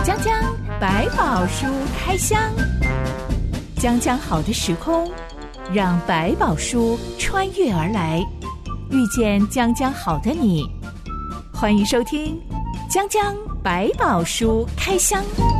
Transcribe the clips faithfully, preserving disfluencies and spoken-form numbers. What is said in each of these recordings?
江江百宝书开箱，江江好的时空，让百宝书穿越而来，遇见江江好的你。欢迎收听江江百宝书开箱。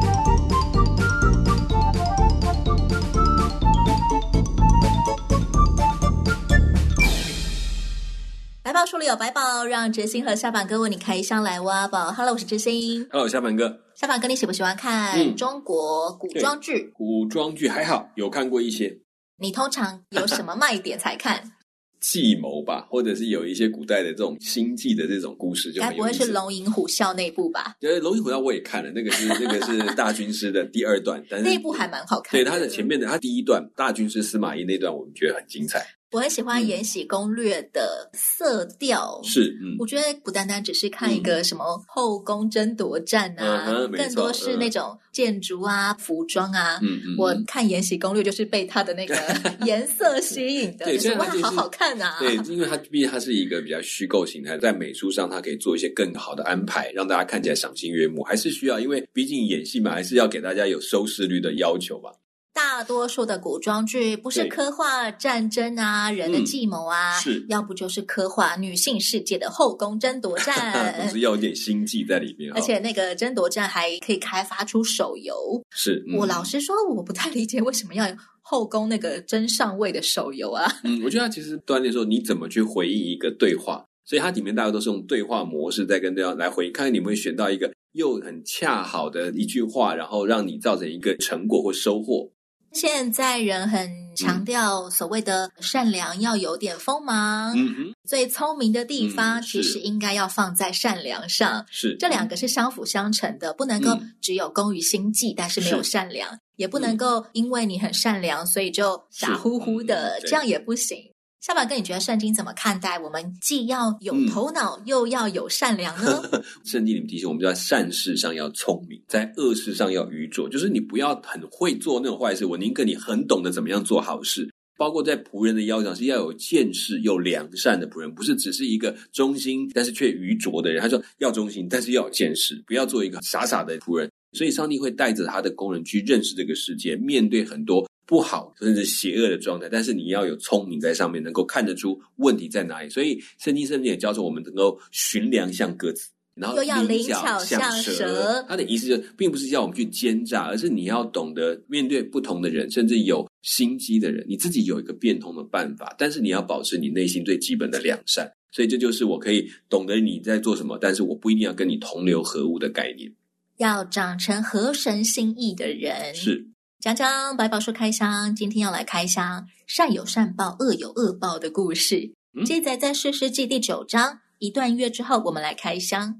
百宝书里有百宝，让哲欣和下板哥为你开箱来挖宝。Hello， 我是哲欣。 Hello， 下板哥。 下板哥，你喜不喜欢看嗯中国古装剧？ 古装剧还好，有看过一些。 你通常有什么卖点才看？ 计谋吧，或者是有一些古代的这种星际的这种故事就很有意思。 该不会是龙吟虎啸那一部吧？ 对，龙吟虎啸我也看了，那个是那个是大军师的第二段，但是那一部还蛮好看的。 对，他的前面的他第一段大军师司马懿那段，我们觉得很精彩。 我很喜欢《延禧攻略》的色调， 嗯、是，嗯， 我觉得不单单只是看一个什么后宫争夺战啊， 嗯、 更多是那种建筑啊、嗯、服装啊。 嗯嗯， 我看《延禧攻略》就是被它的那个颜色吸引的， 对， 就是哇，好好看啊！ 对，因为它毕竟它是一个比较虚构形态，在美术上它可以做一些更好的安排，让大家看起来赏心悦目，还是需要，因为毕竟演戏嘛，还是要给大家有收视率的要求嘛。 大多数的古装剧不是刻画战争啊、人的计谋啊， 嗯、是， 要不就是刻画女性世界的后宫争夺战， 总是要有点心计在里面。 而且那个争夺战还可以开发出手游。 是，嗯、 我老实说，我不太理解为什么要有后宫那个争上位的手游啊。 嗯，我觉得它其实锻炼说你怎么去回应一个对话，所以它里面大家都是用对话模式在跟对方来回应，看看你们会选到一个又很恰好的一句话，然后让你造成一个成果或收获。 现在人很强调所谓的善良要有点锋芒， 嗯哼， 最聪明的地方嗯、 其实应该要放在善良上， 是， 这两个是相辅相成的，不能够只有工于心计、嗯、但是没有善良，也不能够因为你很善良所以就傻乎乎的，这样也不行。下板哥，你觉得圣经怎么看待我们既要有头脑、嗯、又要有善良呢？ 圣经里面提醒我们，在善事上要聪明，在恶事上要愚拙，就是你不要很会做那种坏事，我宁可你很懂得怎么样做好事。包括在仆人的要求是要有见识、有良善的仆人，不是只是一个忠心但是却愚拙的人。他说要忠心，但是要有见识，不要做一个傻傻的仆人。所以上帝会带着他的工人去认识这个世界，面对很多不好甚至邪恶的状态，但是你要有聪明在上面，能够看得出问题在哪里。所以圣经圣经也教授我们能够寻良像鸽子，然后又要灵巧像蛇。 他的意思就并不是叫我们去奸诈，而是你要懂得面对不同的人，甚至有心机的人，你自己有一个变通的办法，但是你要保持你内心最基本的良善。所以这就是我可以懂得你在做什么，但是我不一定要跟你同流合污的概念。 要长成合神心意的人。 是。 讲讲百宝书开箱，今天要来开箱善有善报恶有恶报的故事，嗯、记载在士师记第九章。一段乐之后我们来开箱。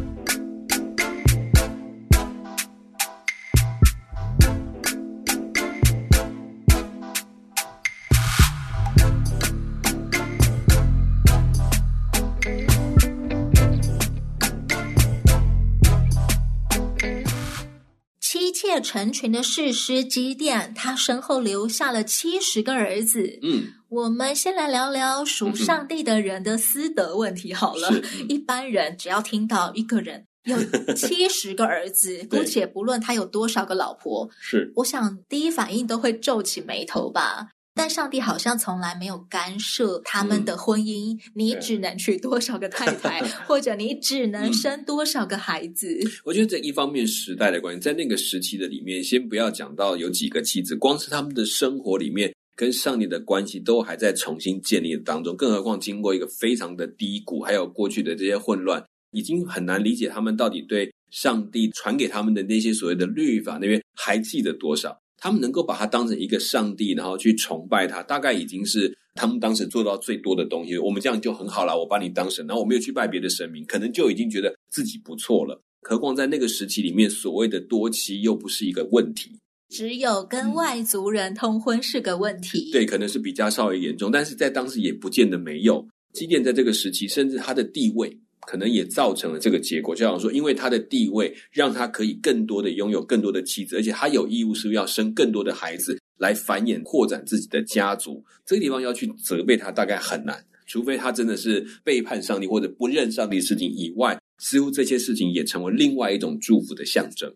妻妾成群的士师基甸，他身后留下了七十个儿子。 嗯， 我们先来聊聊属上帝的人的私德问题好了。嗯、一般人只要听到一个人有七十个儿子，姑且不论他有多少个老婆， 是， 我想第一反应都会皱起眉头吧。但上帝好像从来没有干涉他们的婚姻，嗯、你只能娶多少个太太，或者你只能生多少个孩子。嗯、 我觉得这一方面时代的关系，在那个时期的里面，先不要讲到有几个妻子，光是他们的生活里面跟上帝的关系都还在重新建立的当中，更何况经过一个非常的低谷，还有过去的这些混乱，已经很难理解他们到底对上帝传给他们的那些所谓的律法那边还记得多少。他们能够把它当成一个上帝，然后去崇拜他，大概已经是他们当时做到最多的东西。我们这样就很好了，我把你当神，然后我没有去拜别的神明，可能就已经觉得自己不错了。何况在那个时期里面，所谓的多妻又不是一个问题， 只有跟外族人通婚是个问题。 对，可能是比较稍微严重，但是在当时也不见得没有。基甸在这个时期，甚至他的地位可能也造成了这个结果，就像说因为他的地位让他可以更多的拥有更多的妻子，而且他有义务是要生更多的孩子来繁衍扩展自己的家族。这个地方要去责备他大概很难，除非他真的是背叛上帝或者不认上帝的事情以外，似乎这些事情也成为另外一种祝福的象征。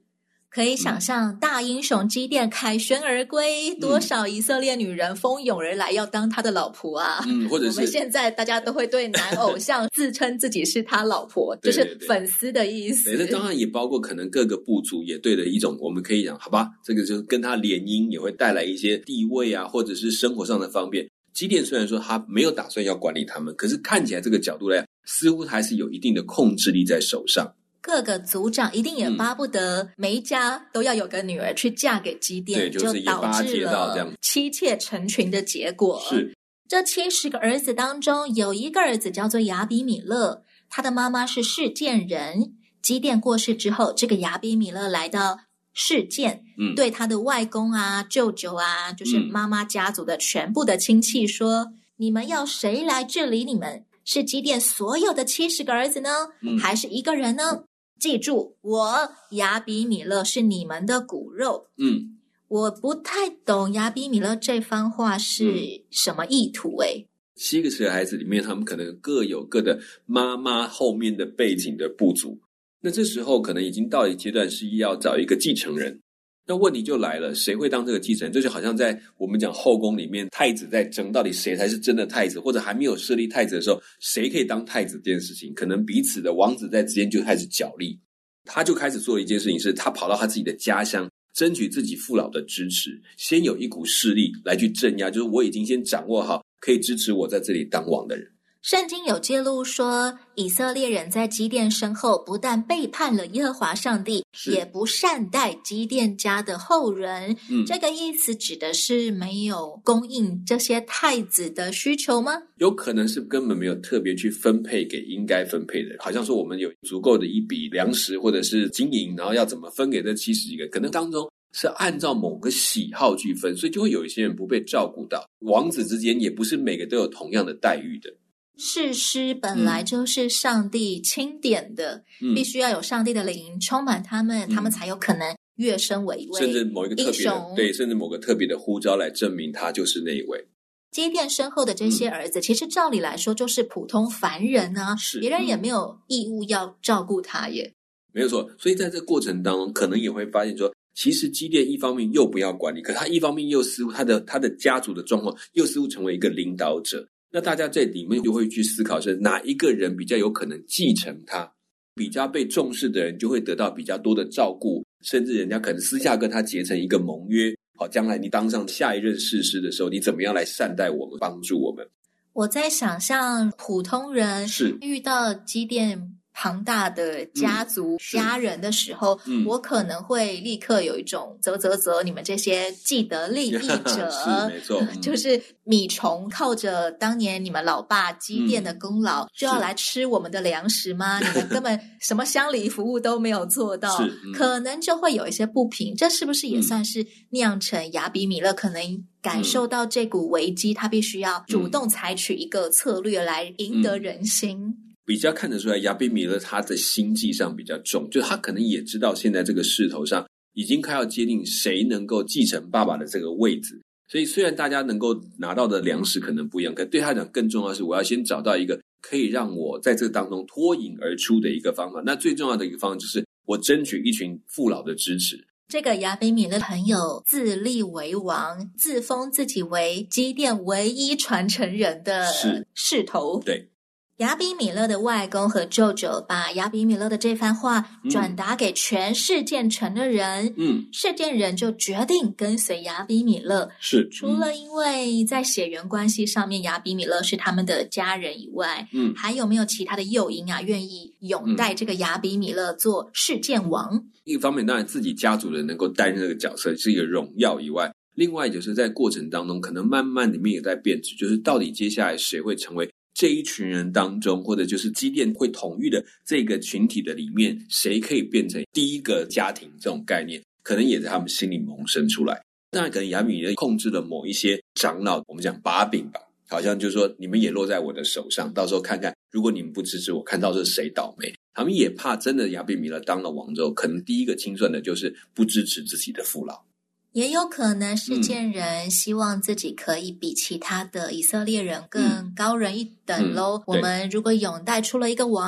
可以想象大英雄基甸凯旋而归，嗯、多少以色列女人蜂拥而来要当他的老婆啊！ 嗯，或者是我们现在大家都会对男偶像自称自己是他老婆，就是粉丝的意思。 对，那当然也包括可能各个部族也对的一种，我们可以讲好吧，这个就跟他联姻也会带来一些地位啊，或者是生活上的方便。基甸虽然说他没有打算要管理他们，可是看起来这个角度来讲，似乎还是有一定的控制力在手上。 各个族长一定也巴不得每一家都要有个女儿去嫁给基甸， 对，就是就导致了妻妾成群的结果。 是， 这七十个儿子当中，有一个儿子叫做亚比米勒，他的妈妈是示剑人。基甸过世之后，这个亚比米勒来到示剑，嗯，对他的外公啊、舅舅啊，就是妈妈家族的全部的亲戚说：“嗯、你们要谁来治理你们？是基甸所有的七十个儿子呢，嗯、还是一个人呢？”记住，我亚比米勒是你们的骨肉。嗯，我不太懂亚比米勒这番话是什么意图诶、欸。 七个十个孩子里面，他们可能各有各的妈妈后面的背景的部族。那这时候可能已经到一阶段是要找一个继承人。那问题就来了，谁会当这个继承人？这就好像在我们讲后宫里面，太子在争到底谁才是真的太子，或者还没有设立太子的时候，谁可以当太子这件事情，可能彼此的王子在之间就开始角力。他就开始做了一件事情，是他跑到他自己的家乡，争取自己父老的支持，先有一股势力来去镇压，就是我已经先掌握好可以支持我在这里当王的人。 圣经有记录说，以色列人在基甸身后不但背叛了耶和华上帝，也不善待基甸家的后人、嗯、这个意思指的是没有供应这些太子的需求吗？ 有可能是根本没有特别去分配给应该分配的人，好像说我们有足够的一笔粮食或者是金银，然后要怎么分给这七十几个，可能当中是按照某个喜好去分，所以就会有一些人不被照顾到，王子之间也不是每个都有同样的待遇的。 士师本来就是上帝钦点的、嗯、必须要有上帝的灵充满他们、嗯、他们才有可能跃升为一位甚至某一个特别的对，甚至某个特别的呼召来证明他就是那一位。 基甸身后的这些儿子、嗯、其实照理来说就是普通凡人啊，别人也没有义务要照顾他耶。 没有错，所以在这过程当中可能也会发现说，其实基甸一方面又不要管理，可他一方面又似乎他的他的家族的状况又似乎成为一个领导者。那大家在里面就会去思考是哪一个人比较有可能继承他，比较被重视的人就会得到比较多的照顾，甚至人家可能私下跟他结成一个盟约，好，将来你当上下一任士师的时候，你怎么样来善待我们，帮助我们。 我在想象普通人是遇到基甸庞大的家族、嗯、家人的时候、嗯、我可能会立刻有一种啧啧啧你们这些既得利益者是没错、嗯、 就是米虫靠着当年你们老爸基甸的功劳、嗯、就要来吃我们的粮食吗？你们根本什么乡里服务都没有做到、嗯、可能就会有一些不平。这是不是也算是酿成亚比米勒可能感受到这股危机、嗯、他必须要主动采取一个策略来赢得人心、嗯比较看得出来亚比米勒他的心计上比较重，就他可能也知道现在这个势头上已经快要接近谁能够继承爸爸的这个位置，所以虽然大家能够拿到的粮食可能不一样，可对他讲更重要的是我要先找到一个可以让我在这个当中脱颖而出的一个方法。那最重要的一个方法就是我争取一群父老的支持。 这个亚比米勒很有自立为王，自封自己为基甸唯一传承人的势头。 对， 亚比米勒的外公和舅舅把亚比米勒的这番话转达给全示剑城的人，嗯，示剑人就决定跟随亚比米勒。 是， 除了因为在血缘关系上面亚比米勒是他们的家人以外，嗯，还有没有其他的诱因啊，愿意拥戴这个亚比米勒做示剑王？ 一方面当然自己家族人能够担任这个角色是一个荣耀以外，另外就是在过程当中可能慢慢里面也在变质，就是到底接下来谁会成为这一群人当中，或者就是基甸会统御的这个群体的里面，谁可以变成第一个家庭，这种概念可能也在他们心里萌生出来。当然可能亚比米勒控制了某一些长老，我们讲把柄吧，好像就是说你们也落在我的手上，到时候看看如果你们不支持我，看到是谁倒霉。他们也怕真的亚比米勒当了王之后，可能第一个清算的就是不支持自己的父老。 也有可能示剑人希望自己可以比其他的以色列人更高人一等咯、嗯嗯、我们如果拥戴出了一个王，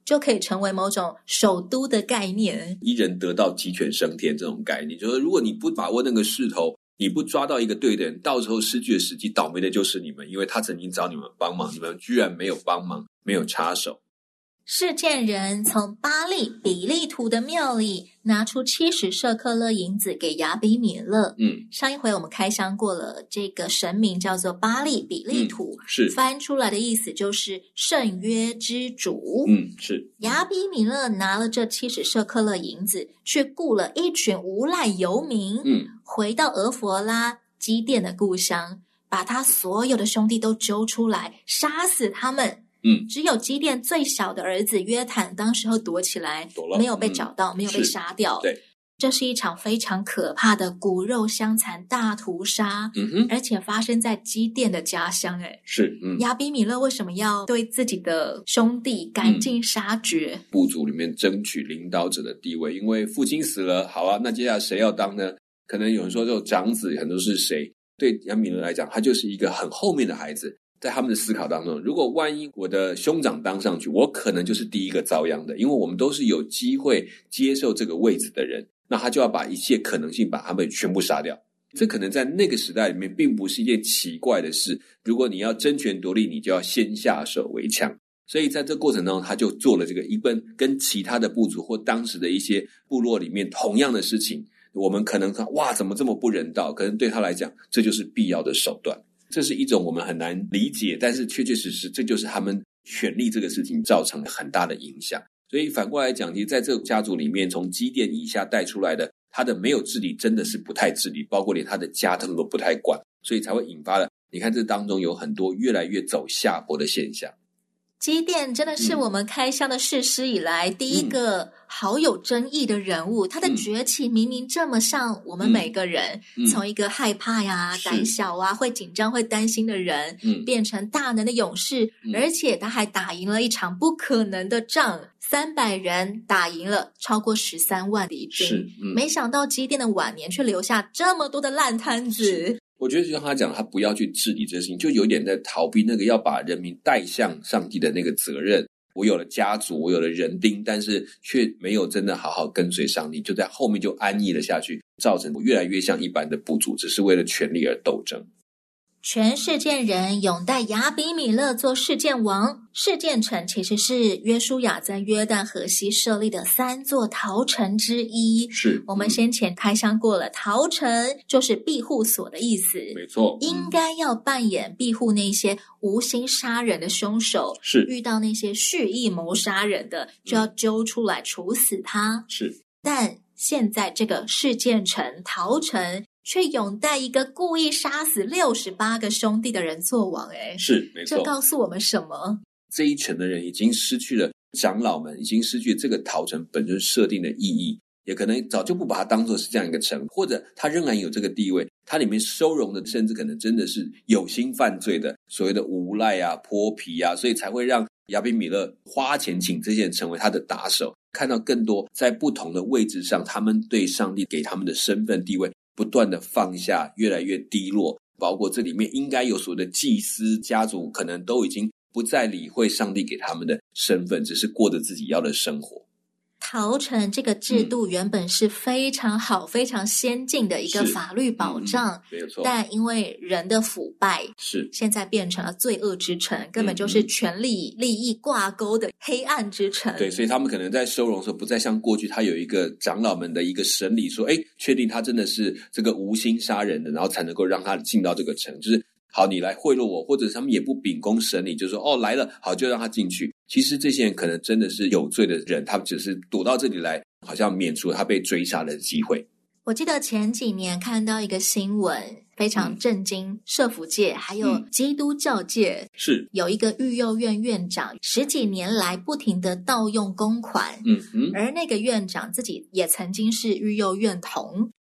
就可以成为某种首都的概念。 一人得道鸡犬升天这种概念，就是如果你不把握那个势头，你不抓到一个对的人，到时候失去的时机，倒霉的就是你们，因为他曾经找你们帮忙，你们居然没有帮忙，没有插手。 事件人从巴利比利图的庙里拿出七十舍客勒银子给亚比米勒。 嗯， 上一回我们开箱过了，这个神明叫做巴利比利图， 嗯、是翻出来的意思就是圣约之主。 嗯，是亚比米勒拿了这七十舍客勒银子，去雇了一群无赖游民， 嗯， 回到俄弗拉基甸的故乡，把他所有的兄弟都揪出来，杀死他们。 嗯， 只有基甸最小的儿子约坦当时候躲起来， 躲了， 没有被找到，嗯、没有被杀掉。 对， 这是一场非常可怕的骨肉相残大屠杀， 嗯哼， 而且发生在基甸的家乡。哎， 是，嗯， 亚比米勒为什么要对自己的兄弟赶尽杀绝？ 嗯、部族里面争取领导者的地位，因为父亲死了，好啊，那接下来谁要当呢？可能有人说这种长子很多是谁？对亚比米勒来讲，他就是一个很后面的孩子。在他们的思考当中，如果万一我的兄长当上去，我可能就是第一个遭殃的，因为我们都是有机会接受这个位置的人，那他就要把一切可能性把他们全部杀掉。这可能在那个时代里面并不是一件奇怪的事，如果你要争权夺利，你就要先下手为强。所以在这过程当中，他就做了这个一本跟其他的部族或当时的一些部落里面同样的事情，我们可能看哇怎么这么不人道，可能对他来讲这就是必要的手段。这是一种我们很难理解，但是确确实实这就是他们权力这个事情造成了很大的影响。所以反过来讲，其实在这个家族里面，从基甸以下带出来的，他的没有治理真的是不太治理，包括连他的家他们都不太管，所以才会引发了你看这当中有很多越来越走下坡的现象。 基甸真的是我们开箱的士师以来、嗯、第一个好有争议的人物，他的崛起明明这么像我们每个人、嗯、从一个害怕呀、胆小啊、会紧张会担心的人、嗯、变成大能的勇士、嗯、而且他还打赢了一场不可能的仗，三百人打赢了超过十三万敌军、嗯、没想到基甸的晚年却留下这么多的烂摊子。 我觉得就像他讲，他不要去治理这事情，就有点在逃避那个要把人民带向上帝的那个责任。我有了家族，我有了人丁，但是却没有真的好好跟随上帝，就在后面就安逸了下去，造成我越来越像一般的部族，只是为了权力而斗争。 全事件人拥戴亚比米勒做事件王。事件城其实是约书亚在约旦河西设立的三座逃城之一。 是， 我们先前开箱过了，逃城就是庇护所的意思。 没错， 应该要扮演庇护那些无心杀人的凶手， 是遇到那些蓄意谋杀人的，就要揪出来处死他。 是， 但现在这个事件城逃城却拥戴一个故意杀死六十八个兄弟的人做王。诶， 是，没错。 这告诉我们什么？ 这一城的人已经失去了，长老们已经失去了这个逃城本身设定的意义，也可能早就不把它当作是这样一个城，或者它仍然有这个地位，它里面收容的甚至可能真的是有心犯罪的所谓的无赖啊、泼皮啊，所以才会让亚比米勒花钱请这些人成为他的打手，看到更多在不同的位置上，他们对上帝给他们的身份地位不断的放下，越来越低落，包括这里面应该有所谓的祭司家族，可能都已经不再理会上帝给他们的身份，只是过着自己要的生活。 逃城这个制度原本是非常好、嗯、非常先进的一个法律保障、 嗯、没有错， 但因为人的腐败， 是现在变成了罪恶之城，根本就是权力、嗯、利益挂钩的黑暗之城。 对，所以他们可能在收容的时候不再像过去他有一个长老们的一个审理，说诶确定他真的是这个无心杀人的，然后才能够让他进到这个城，就是好你来贿赂我，或者他们也不秉公审理，就说哦来了好就让他进去。其实这些人可能真的是有罪的人，他们只是躲到这里来，好像免除他被追杀的机会。 我记得前几年看到一个新闻非常震惊、嗯、社福界还有基督教界、嗯、 是有一个育幼院院长十几年来不停的盗用公款， 嗯哼， 而那个院长自己也曾经是育幼院童，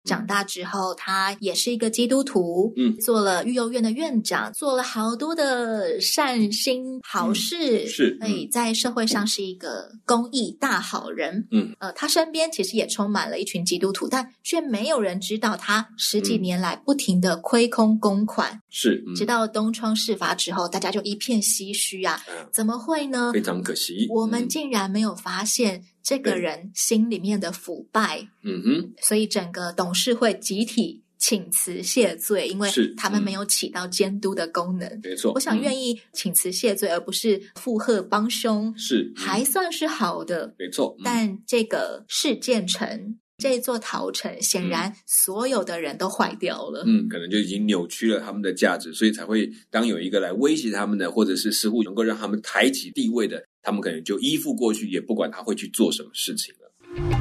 长大之后他也是一个基督徒， 嗯， 做了育幼院的院长，做了好多的善心好事， 嗯、是， 所以在社会上是一个公益大好人。 嗯， 呃，他身边其实也充满了一群基督徒，但却没有人知道他十几年来不停的亏空公款。 嗯、是、嗯， 直到东窗事发之后，大家就一片唏嘘啊，嗯、怎么会呢？ 非常可惜， 我们竟然没有发现这个人心里面的腐败。 嗯哼， 所以整个董事会集体请辞谢罪，因为他们没有起到监督的功能。 没错， 我想愿意请辞谢罪，而不是附和帮凶， 是还算是好的。 没错， 嗯、但这个事件城。这座陶城显然所有的人都坏掉了， 嗯，可能就已经扭曲了他们的价值，所以才会当有一个来威胁他们的，或者是似乎能够让他们抬起地位的，他们可能就依附过去，也不管他会去做什么事情了。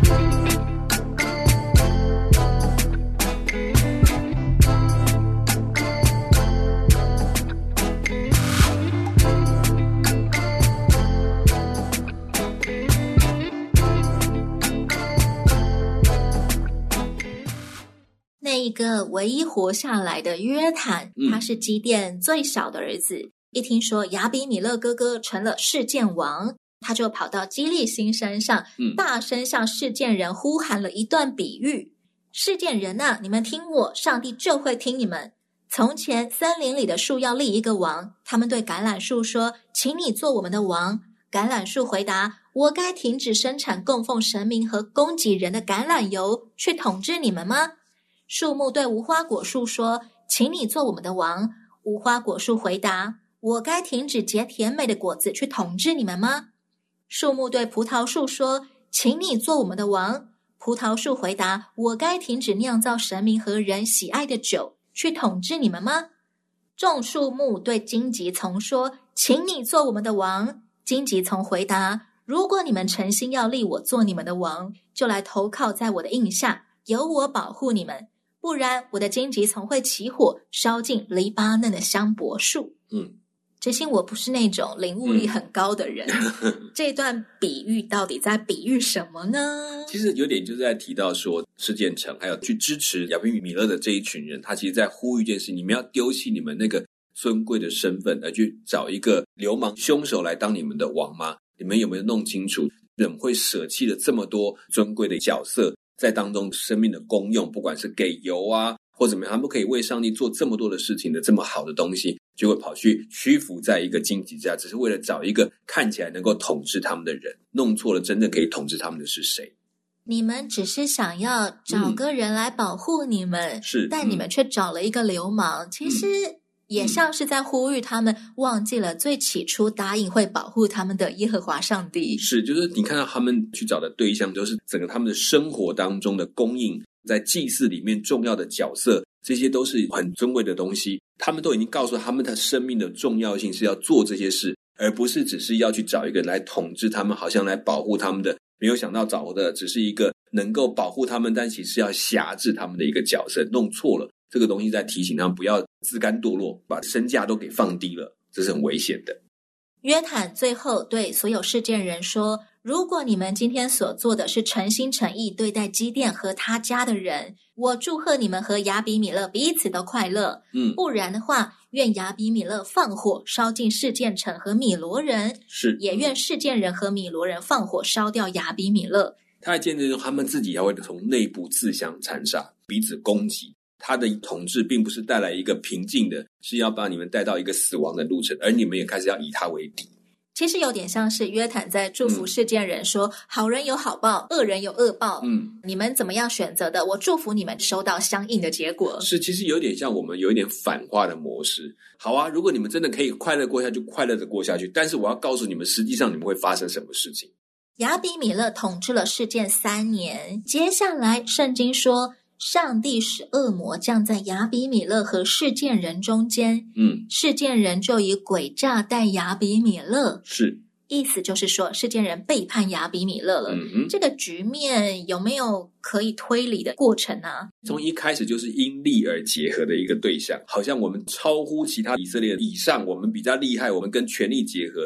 那一个唯一活下来的约坦， 嗯、 他是基甸最小的儿子。一听说亚比米勒哥哥成了事件王，他就跑到基利心山上， 嗯、 大声向事件人呼喊了一段比喻：事件人啊，你们听我，上帝就会听你们。从前森林里的树要立一个王，他们对橄榄树说，请你做我们的王。橄榄树回答，我该停止生产供奉神明和供给人的橄榄油，去统治你们吗？树木对无花果树说，请你做我们的王。无花果树回答，我该停止结甜美的果子去统治你们吗？树木对葡萄树说，请你做我们的王。葡萄树回答，我该停止酿造神明和人喜爱的酒去统治你们吗？众树木对荆棘丛说，请你做我们的王。荆棘丛回答，如果你们诚心要立我做你们的王，就来投靠在我的印下，由我保护你们，不然我的荆棘丛会起火，烧尽黎巴嫩的香柏树。 嗯， 执行我不是那种领悟力很高的人，嗯、这段比喻到底在比喻什么呢？ 其实有点就是在提到说，事件城还有去支持亚比米勒的这一群人，他其实在呼吁一件事，你们要丢弃你们那个尊贵的身份，而去找一个流氓凶手来当你们的王吗？你们有没有弄清楚，人会舍弃了这么多尊贵的角色，在当中生命的功用，不管是给油啊或怎么样，他们可以为上帝做这么多的事情的这么好的东西，就会跑去屈服在一个荆棘之下，只是为了找一个看起来能够统治他们的人，弄错了真正可以统治他们的是谁。 你们只是想要找个人来保护你们， 嗯、是， 但你们却找了一个流氓，嗯、其实也像是在呼吁他们忘记了最起初答应会保护他们的耶和华上帝。 是，就是你看到他们去找的对象，都是整个他们的生活当中的供应，在祭祀里面重要的角色，这些都是很尊贵的东西。他们都已经告诉他们的生命的重要性是要做这些事，而不是只是要去找一个人来统治他们，好像来保护他们的。没有想到找的只是一个能够保护他们，但其实要辖制他们的一个角色，弄错了。这个东西在提醒他们不要自甘堕落，把身价都给放低了，这是很危险的。 约坦最后对所有事件人说，如果你们今天所做的是诚心诚意对待基甸和他家的人，我祝贺你们和亚比米勒彼此都快乐。 嗯， 不然的话，愿亚比米勒放火烧尽事件城和米罗人， 是， 也愿事件人和米罗人放火烧掉亚比米勒。 他还见证他们自己也会从内部自相残杀，彼此攻击。他的统治并不是带来一个平静的，是要把你们带到一个死亡的路程，而你们也开始要以他为敌。 其实有点像是约坦在祝福事件人说、嗯、好人有好报，恶人有恶报， 嗯， 你们怎么样选择的，我祝福你们收到相应的结果。 是，其实有点像我们有一点反话的模式。好啊，如果你们真的可以快乐过下去，就快乐的过下去，但是我要告诉你们，实际上你们会发生什么事情。 亚比米勒统治了事件三年，接下来圣经说上帝使恶魔降在亚比米勒和事件人中间， 嗯， 事件人就以诡诈待亚比米勒， 是， 意思就是说事件人背叛亚比米勒了。 嗯， 这个局面有没有可以推理的过程呢？ 从一开始就是因利而结合的一个对象，好像我们超乎其他以色列以上，我们比较厉害，我们跟权力结合了。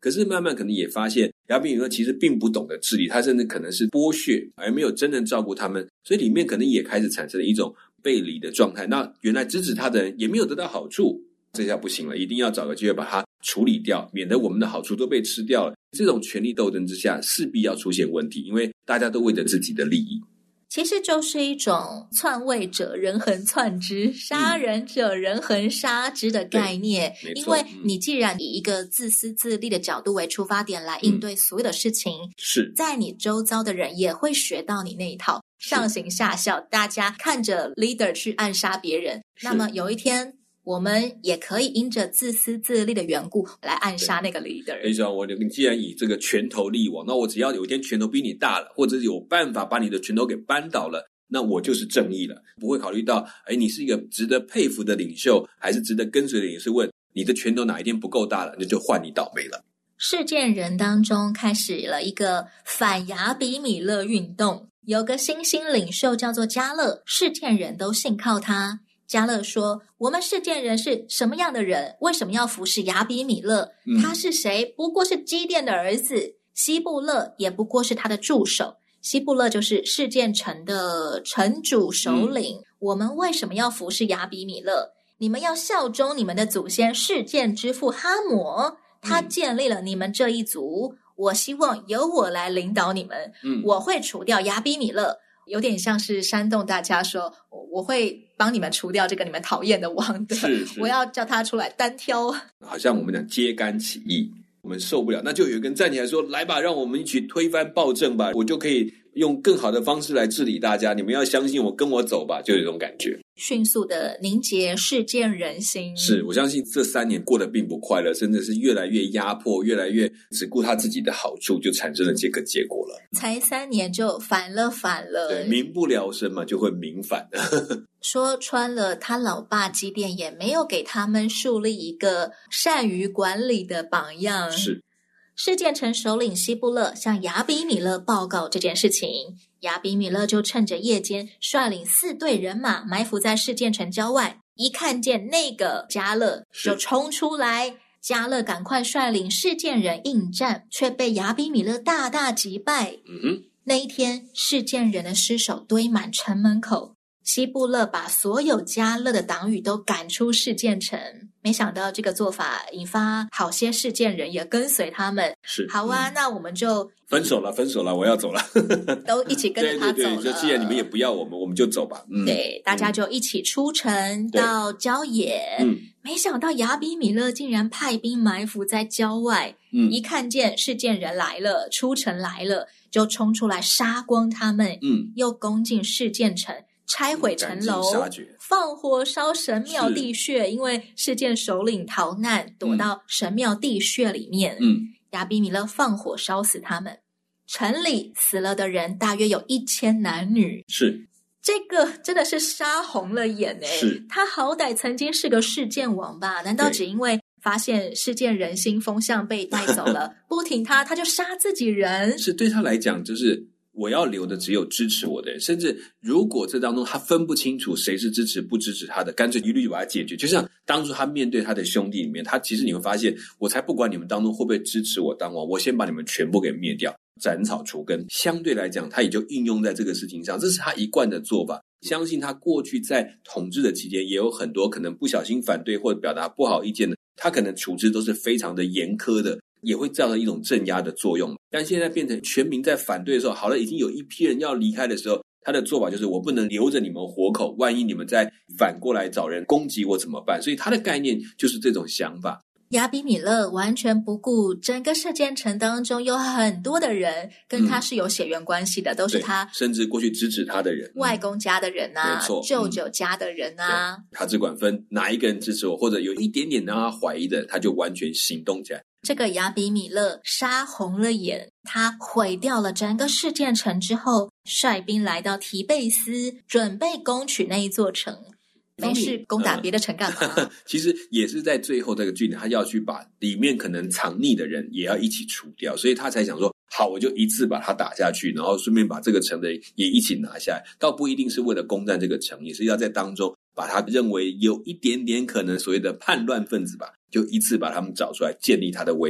可是慢慢可能也发现亚比米勒其实并不懂得治理，他甚至可能是剥削，而没有真正照顾他们，所以里面可能也开始产生了一种背离的状态。那原来支持他的人也没有得到好处，这下不行了，一定要找个机会把它处理掉，免得我们的好处都被吃掉了。这种权力斗争之下势必要出现问题，因为大家都为着自己的利益。 其实就是一种篡位者人恒篡之，杀人者人恒杀之的概念。 嗯、 因为你既然以一个自私自利的角度为出发点来应对所有的事情， 嗯、是在你周遭的人也会学到你那一套，上行下效，大家看着 leader 去暗杀别人，那么有一天我们也可以因着自私自利的缘故来暗杀那个 leader。 所以说，我你既然以这个拳头力王，那我只要有一天拳头比你大了，或者是有办法把你的拳头给扳倒了，那我就是正义了。不会考虑到，哎，你是一个值得佩服的领袖，还是值得跟随的领袖，是问你的拳头哪一天不够大了，那就换你倒霉了。 事件人当中开始了一个反亚比米勒运动，有个新兴领袖叫做加勒，事件人都信靠他。加勒说，我们事件人是什么样的人？为什么要服侍亚比米勒？嗯、他是谁？不过是基甸的儿子。希布勒也不过是他的助手。希布勒就是事件城的城主首领。嗯、我们为什么要服侍亚比米勒？你们要效忠你们的祖先事件之父哈摩，他建立了你们这一族。嗯、我希望由我来领导你们。嗯、我会除掉亚比米勒。有点像是煽动大家说，我会帮你们除掉这个你们讨厌的王的， 是是， 我要叫他出来单挑。 好像我们讲揭竿起义，我们受不了，那就有一个人站起来说，来吧，让我们一起推翻暴政吧，我就可以用更好的方式来治理大家，你们要相信我，跟我走吧，就有这种感觉。 迅速的凝结事件人心。 是，我相信这三年过得并不快乐，甚至是越来越压迫，越来越只顾他自己的好处，就产生了这个结果了。 才三年就反了反了。 对，民不聊生嘛，就会民反。 说穿了，他老爸基甸也没有给他们树立一个善于管理的榜样。 是。 事件城首领希布勒向亚比米勒报告这件事情，亚比米勒就趁着夜间率领四队人马埋伏在事件城郊外，一看见那个加勒就冲出来，加勒赶快率领事件人应战，却被亚比米勒大大击败。 嗯哼， 那一天事件人的尸首堆满城门口，希布勒把所有加勒的党羽都赶出事件城。没想到这个做法引发好些事件人也跟随他们。 是， 好啊、嗯、那我们就分手了分手了，我要走了。 都一起跟着他走了。 对对对，就既然你们也不要我们，我们就走吧。嗯， 对，大家就一起出城到郊野。嗯，没想到亚比米勒竟然派兵埋伏在郊外。嗯，一看见事件人来了，出城来了，就冲出来杀光他们。嗯，又攻进事件城，拆毁城楼，放火烧神庙地穴，因为事件首领逃难，躲到神庙地穴里面。嗯，亚比米勒放火烧死他们。城里死了的人大约有一千男女。 是， 这个真的是杀红了眼诶。 是， 他好歹曾经是个事件王吧？难道只因为发现事件人心风向被带走了，不挺他，他就杀自己人？ 是，对他来讲就是我要留的只有支持我的人，甚至如果这当中他分不清楚谁是支持不支持他的，干脆一律就把它解决。就像当初他面对他的兄弟里面，他其实你会发现，我才不管你们当中会不会支持我当王，我先把你们全部给灭掉，斩草除根。相对来讲他也就应用在这个事情上，这是他一贯的做法。相信他过去在统治的期间也有很多可能不小心反对或者表达不好意见的，他可能处置都是非常的严苛的，也会造成一种镇压的作用。但现在变成全民在反对的时候，好了，已经有一批人要离开的时候，他的做法就是我不能留着你们活口，万一你们再反过来找人攻击我怎么办？所以他的概念就是这种想法。 亚比米勒完全不顾整个事件城当中有很多的人跟他是有血缘关系的、嗯、都是他甚至过去支持他的人， 外公家的人啊， 没错， 舅舅家的人啊、 嗯、他只管分哪一个人支持我，或者有一点点让他怀疑的，他就完全行动起来。 这个亚比米勒杀红了眼，他毁掉了整个事件城之后，率兵来到提贝斯，准备攻取那一座城。没事攻打别的城干嘛、 嗯、其实也是在最后这个据点，他要去把里面可能藏匿的人也要一起除掉，所以他才想说好，我就一次把它打下去，然后顺便把这个城的也一起拿下来。倒不一定是为了攻占这个城，也是要在当中把他认为有一点点可能所谓的叛乱分子吧，就一次把他们找出来，建立他的威名。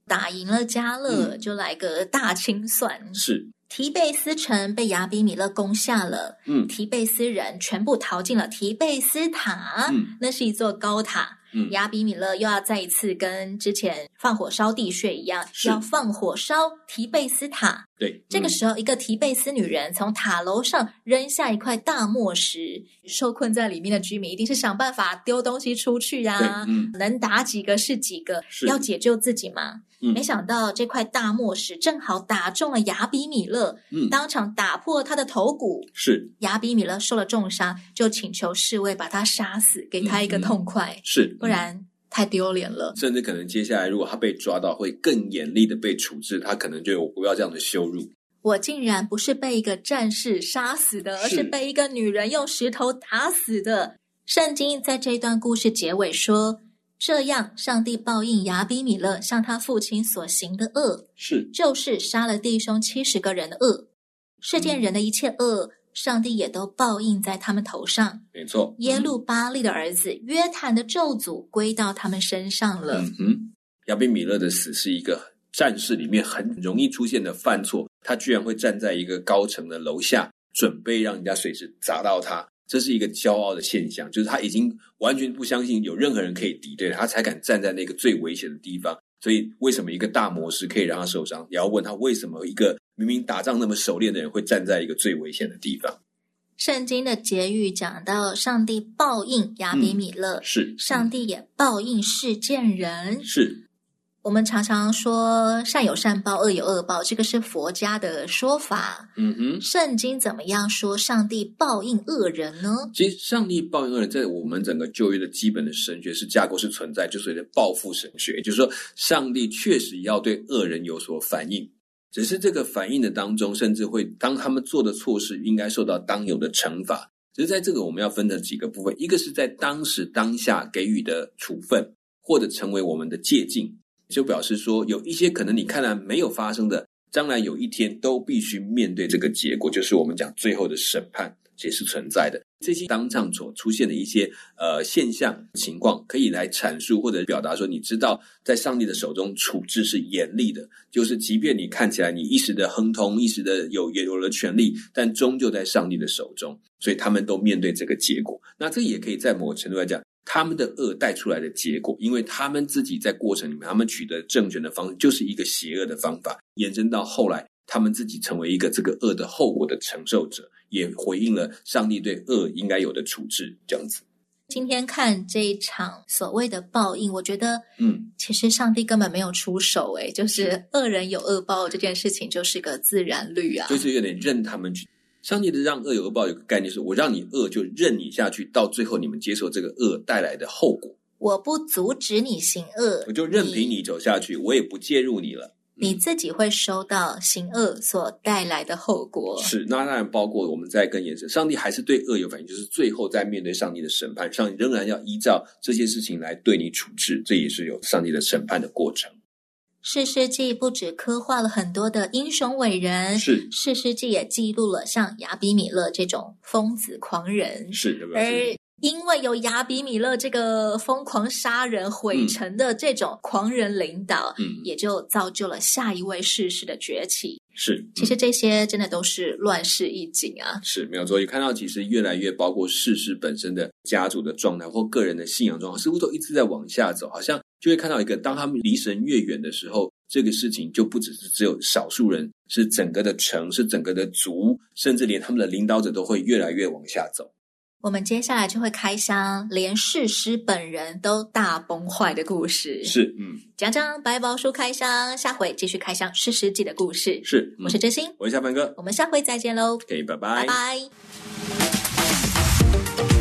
打赢了迦勒， 嗯就来个大清算。 是， 提贝斯城被亚比米勒攻下了， 嗯提贝斯人全部逃进了提贝斯塔， 嗯那是一座高塔。 嗯亚比米勒又要再一次跟之前放火烧地穴一样， 是要放火烧提贝斯塔。 对， 这个嗯时候，一个提贝斯女人从塔楼上扔下一块大磨石，受困在里面的居民一定是想办法丢东西出去呀、啊对嗯能打几个是几个， 是要解救自己嘛。 嗯没想到这块大磨石正好打中了亚比米勒， 嗯当场打破他的头骨。 是亚比米勒受了重伤，就请求侍卫把他杀死，给他一个痛快， 是， 不然太丢脸了。 甚至可能接下来如果他被抓到，会更严厉的被处置，他可能就有不要这样的羞辱。 我竟然不是被一个战士杀死的，而是被一个女人用石头打死的。圣经在这段故事结尾说，这样上帝报应亚比米勒向他父亲所行的恶， 是， 就是杀了弟兄七十个人的恶。世间人的一切恶，上帝也都报应在他们头上。 没错。 耶路巴利的儿子约坦的咒诅归到他们身上了。 嗯哼，亚比米勒的死是一个战士里面很容易出现的犯错，他居然会站在一个高层的楼下，准备让人家随时砸到他。这是一个骄傲的现象，就是他已经完全不相信有任何人可以敌对他，才敢站在那个最危险的地方。所以为什么一个大魔师可以让他受伤？也要问他为什么一个明明打仗那么熟练的人会站在一个最危险的地方。 圣经的结语讲到，上帝报应亚比米勒， 嗯、是上帝也报应世间人。 是， 我们常常说善有善报，恶有恶报，这个是佛家的说法。 嗯哼， 圣经怎么样说上帝报应恶人呢？ 其实上帝报应恶人在我们整个旧约的基本的神学是架构是存在，就是所谓的报复神学，也就是说上帝确实要对恶人有所反应，只是这个反应的当中，甚至会当他们做的错事应该受到当有的惩罚。只是在这个我们要分成几个部分，一个是在当时当下给予的处分，或者成为我们的戒禁，就表示说有一些可能你看来没有发生的，将来有一天都必须面对这个结果，就是我们讲最后的审判也是存在的。这些当场所出现的一些呃现象情况，可以来阐述或者表达说，你知道在上帝的手中处置是严厉的，就是即便你看起来你一时的亨通，一时的有有了权利，但终究在上帝的手中，所以他们都面对这个结果。那这也可以在某个程度来讲，他们的恶带出来的结果，因为他们自己在过程里面，他们取得政权的方式就是一个邪恶的方法，延伸到后来他们自己成为一个这个恶的后果的承受者，也回应了上帝对恶应该有的处置，这样子。 今天看这一场所谓的报应，我觉得嗯， 其实上帝根本没有出手，诶，就是恶人有恶报这件事情就是个自然律啊， 就是有点任他们去。上帝的让恶有恶报有个概念是，我让你恶就任你下去，到最后你们接受这个恶带来的后果。 我不阻止你行恶， 我就任凭你走下去，我也不介入你了。 你自己会收到行恶所带来的后果。 是，那当然包括我们再更延伸，上帝还是对恶有反应，就是最后在面对上帝的审判，上帝仍然要依照这些事情来对你处置，这也是有上帝的审判的过程。 士师记不只刻画了很多的英雄伟人， 是士师记也记录了像亚比米勒这种疯子狂人， 是，对不对？ 而因为有亚比米勒这个疯狂杀人毁城的这种狂人领导， 嗯， 也就造就了下一位士师的崛起。 是， 其实这些真的都是乱世一景啊。 是，没有错。也看到其实越来越包括士师本身的家族的状态或个人的信仰状况，似乎都一直在往下走，好像就会看到一个，当他们离神越远的时候，这个事情就不只是只有少数人，是整个的城，是整个的族，甚至连他们的领导者都会越来越往下走。 我们接下来就会开箱连士师本人都大崩坏的故事。 是，嗯， 讲讲百宝书开箱，下回继续开箱士师记的故事。 是，嗯、 我是真心， 我是夏凡哥， 我们下回再见喽。 可以，拜拜， 拜拜。